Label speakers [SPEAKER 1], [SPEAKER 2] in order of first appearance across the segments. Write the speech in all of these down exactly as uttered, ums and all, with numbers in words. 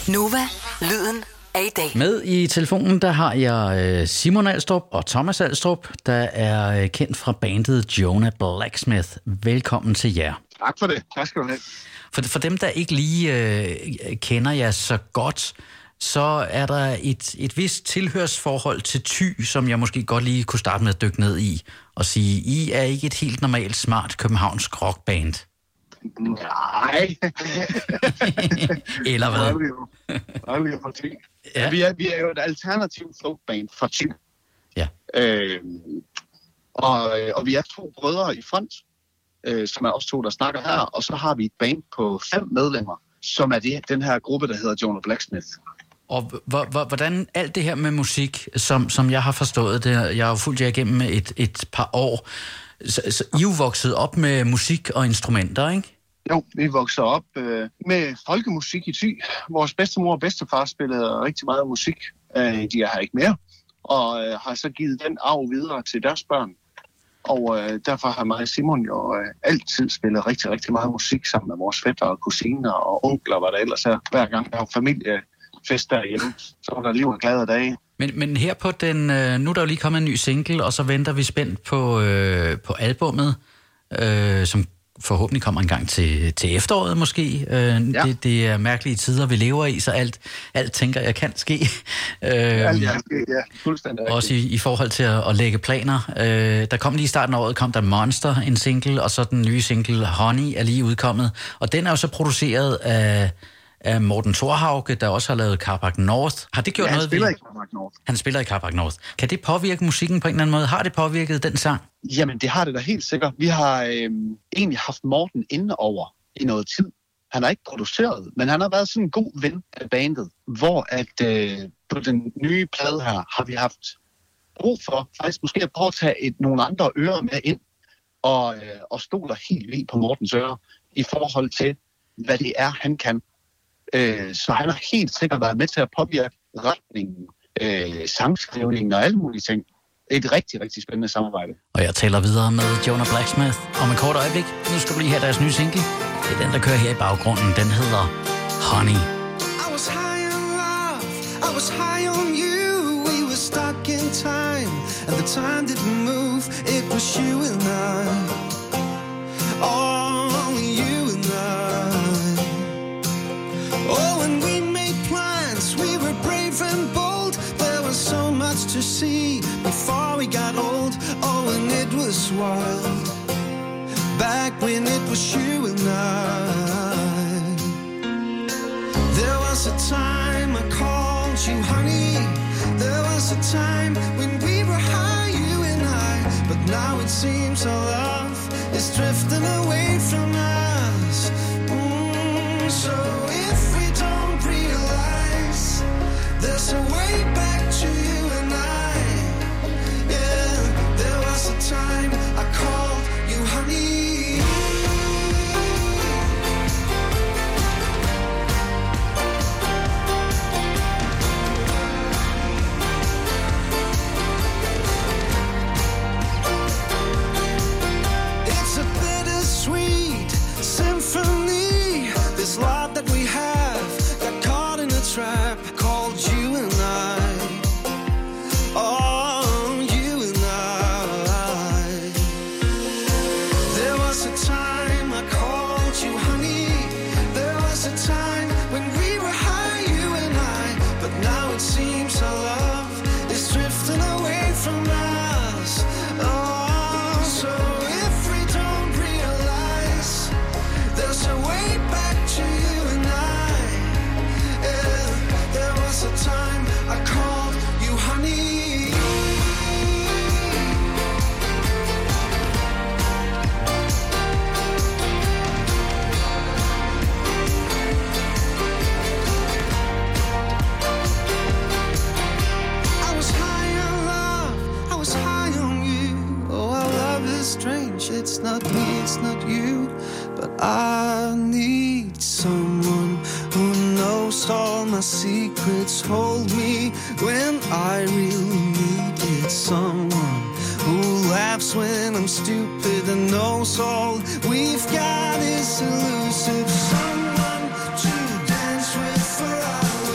[SPEAKER 1] Nova, lyden af i dag.
[SPEAKER 2] Med i telefonen, der har jeg Simon Alstrup og Thomas Alstrup, der er kendt fra bandet Jonah Blacksmith. Velkommen til jer.
[SPEAKER 3] Tak for det. Tak skal du have.
[SPEAKER 2] For, for dem, der ikke lige øh, kender jer så godt, så er der et, et vist tilhørsforhold til Thy, som jeg måske godt lige kunne starte med at dykke ned i og sige, I er ikke et helt normalt smart københavnsk rockband.
[SPEAKER 3] Nej.
[SPEAKER 2] Eller hvad?
[SPEAKER 3] Aldrig for Thy. Ja. Vi, er, vi er jo et alternativt folkband fra Thy.
[SPEAKER 2] Ja.
[SPEAKER 3] Øh, og, og vi er to brødre i front, øh, som er også to, der snakker her. Og så har vi et band på fem medlemmer, som er det, den her gruppe, der hedder Jonah Blacksmith.
[SPEAKER 2] Og hvordan alt det her med musik, som, som jeg har forstået det, jeg har jo fulgt jer igennem et, et par år, så, så I er jo vokset op med musik og instrumenter, ikke?
[SPEAKER 3] Jo, vi voksede op øh, med folkemusik i Thy. Vores bedstemor og bedstefar spillede rigtig meget musik. Øh, de er her ikke mere, og øh, har så givet den arv videre til deres børn. Og øh, derfor har mig og Simon jo øh, altid spillet rigtig, rigtig meget musik sammen med vores fætter og kusiner og onkler, hvad der ellers er. Hver gang der var familiefest derhjemme, så var der liv og glade dage.
[SPEAKER 2] Men, men her på den, øh, nu er der jo lige kommet en ny single, og så venter vi spændt på, øh, på albummet, øh, som forhåbentlig kommer en gang til, til efteråret måske. Øh, ja. det, det er mærkelige tider, vi lever i, så alt, alt tænker jeg kan ske. Øh,
[SPEAKER 3] ja, ja, ja, fuldstændig.
[SPEAKER 2] Også i, i forhold til at, at lægge planer. Øh, der kom lige i starten af året, kom der Monster, en single, og så den nye single Honey er lige udkommet. Og den er jo så produceret af, af Morten Thorhauge, der også har lavet Carpark North. Har det gjort
[SPEAKER 3] ja, han
[SPEAKER 2] noget
[SPEAKER 3] spiller
[SPEAKER 2] ved...
[SPEAKER 3] i Carpark North.
[SPEAKER 2] Han spiller i Carpark North. Kan det påvirke musikken på en eller anden måde? Har det påvirket den sang?
[SPEAKER 3] Jamen, det har det da helt sikkert. Vi har øh, egentlig haft Morten inde over i noget tid. Han har ikke produceret, men han har været sådan en god ven af bandet, hvor at øh, på den nye plade her har vi haft brug for faktisk måske at prøve at tage et, nogle andre ører med ind og, øh, og stoler helt vildt på Mortens ører i forhold til, hvad det er, han kan. Øh, så han har helt sikkert været med til at påvirke retningen, øh, sangskrivningen og alle mulige ting. Et rigtig, rigtig spændende samarbejde.
[SPEAKER 2] Og jeg taler videre med Jonah Blacksmith om et kort øjeblik. Nu skal du lige have deres nye single. Det er den, der kører her i baggrunden. Den hedder Honey.
[SPEAKER 4] I was high on love, I was high on you. We were stuck in time, and the time didn't move. It was you and I. Only you and I. Oh, and we made plans. We were brave and bold. There was so much to see before we got old. Oh, and it was wild back when it was you and I. There was a time I called you honey. There was a time when we were high, you and I. But now it seems our love is drifting away from us. Mm, so if we don't realize there's a way back to you and I. Yeah, there was a time I called you honey. It's a bittersweet symphony. This love that we have got caught in a trap called you and I. Oh, you and I. There was a time I called you honey. There was a time when we were high, you and I. But now it seems our love is drifting away from us. Oh, so if we don't realize there's a way back to you and I. Yeah, there was a time I called you honey. I was high on love, I was high on you. Oh, our love is strange, it's not me, it's not you. But I need someone who knows all my secrets. Hold me when I really need it. Someone who laughs when I'm stupid and knows all we've got is elusive. Someone to dance with for hours.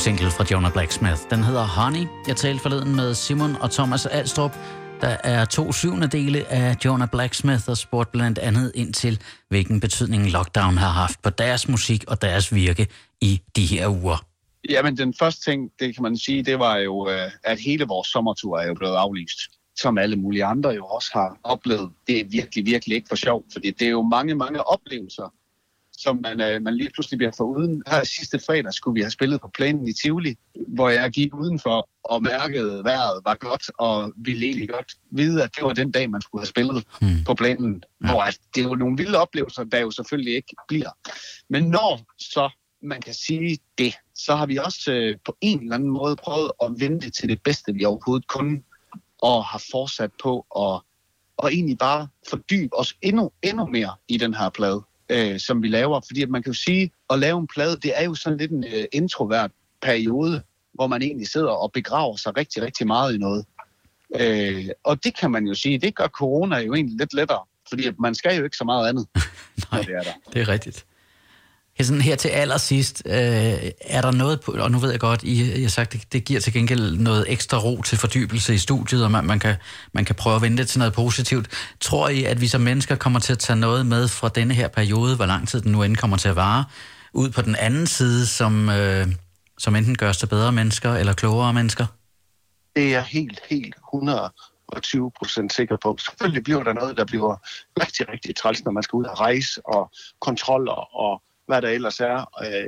[SPEAKER 2] single fra Jonah Blacksmith. Den hedder Honey. Jeg talte forleden med Simon og Thomas Alstrup, der er to syvende dele af Jonah Blacksmith, og spurgte blandt andet ind til, hvilken betydning lockdown har haft på deres musik og deres virke i de her uger.
[SPEAKER 3] Jamen, den første ting, det kan man sige, det var jo, at hele vores sommertur er jo blevet aflyst. Som alle mulige andre jo også har oplevet. Det er virkelig, virkelig ikke for sjov, fordi det er jo mange, mange oplevelser, som man, man lige pludselig bliver foruden. Her sidste fredag skulle vi have spillet på plænen i Tivoli, hvor jeg gik udenfor og mærkede, at vejret var godt, og ville egentlig godt vide, at det var den dag, man skulle have spillet hmm. på plænen. Hvor at det er jo nogle vilde oplevelser, der jo selvfølgelig ikke bliver. Men når så man kan sige det, så har vi også øh, på en eller anden måde prøvet at vente til det bedste, vi overhovedet kunne, og har fortsat på at og egentlig bare fordybe os endnu, endnu mere i den her plade, øh, som vi laver. Fordi at man kan jo sige, at lave en plade, det er jo sådan lidt en øh, introvert periode, hvor man egentlig sidder og begraver sig rigtig, rigtig meget i noget. Øh, og det kan man jo sige, det gør corona jo egentlig lidt lettere, fordi at man skal jo ikke så meget andet.
[SPEAKER 2] Nej, det er, der. Det er rigtigt. Sådan her til allersidst, øh, er der noget på, og nu ved jeg godt, I, I har sagt, det, det giver til gengæld noget ekstra ro til fordybelse i studiet, og man, man, kan, man kan prøve at vente til noget positivt. Tror I, at vi som mennesker kommer til at tage noget med fra denne her periode, hvor lang tid den nu end kommer til at vare, ud på den anden side, som, øh, som enten gør os til bedre mennesker eller klogere mennesker?
[SPEAKER 5] Det er jeg helt, helt hundrede og tyve procent sikker på. Selvfølgelig bliver der noget, der bliver rigtig, rigtig træls, når man skal ud og rejse og kontroller og hvad der ellers er.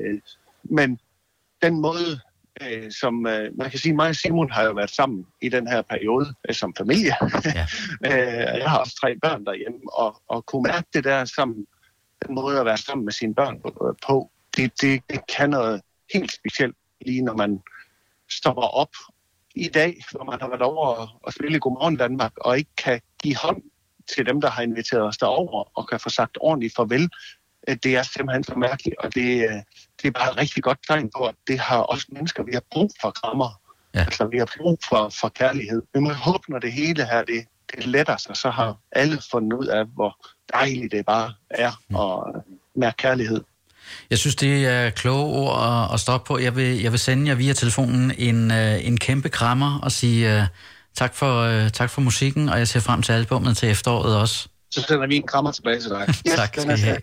[SPEAKER 5] Men den måde, som man kan sige, mig og Simon har jo været sammen i den her periode som familie. Ja. Jeg har også tre børn derhjemme, og, og kunne mærke det der sammen, den måde at være sammen med sine børn på, det, det, det kan noget helt specielt, lige når man stopper op i dag, hvor man har været over og spille Godmorgen Danmark, og ikke kan give hånd til dem, der har inviteret os derover, og kan få sagt ordentligt farvel. Det er simpelthen så mærkeligt, og det, det er bare et rigtig godt tegn på, at det har også mennesker, vi har brug for krammer. Ja. Altså, vi har brug for, for kærlighed. Vi må håbe, når det hele her, det, det letter sig, så har alle fundet ud af, hvor dejligt det bare er at mærke kærlighed.
[SPEAKER 2] Jeg synes, det er kloge ord at stoppe på. Jeg vil, jeg vil sende jer via telefonen en, en kæmpe krammer og sige uh, tak, for, uh, tak for musikken, og jeg ser frem til albumet til efteråret også.
[SPEAKER 3] Så sender vi en krammer tilbage til dig.
[SPEAKER 2] Yes, tak skal I have.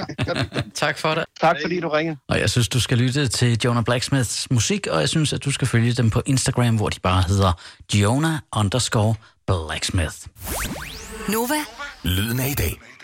[SPEAKER 2] Tak for det.
[SPEAKER 5] Tak fordi du ringede.
[SPEAKER 2] Og jeg synes, du skal lytte til Jonah Blacksmiths musik, og jeg synes, at du skal følge dem på Instagram, hvor de bare hedder Jonah underscore Blacksmith.
[SPEAKER 1] Nova.
[SPEAKER 6] Lyden af i dag.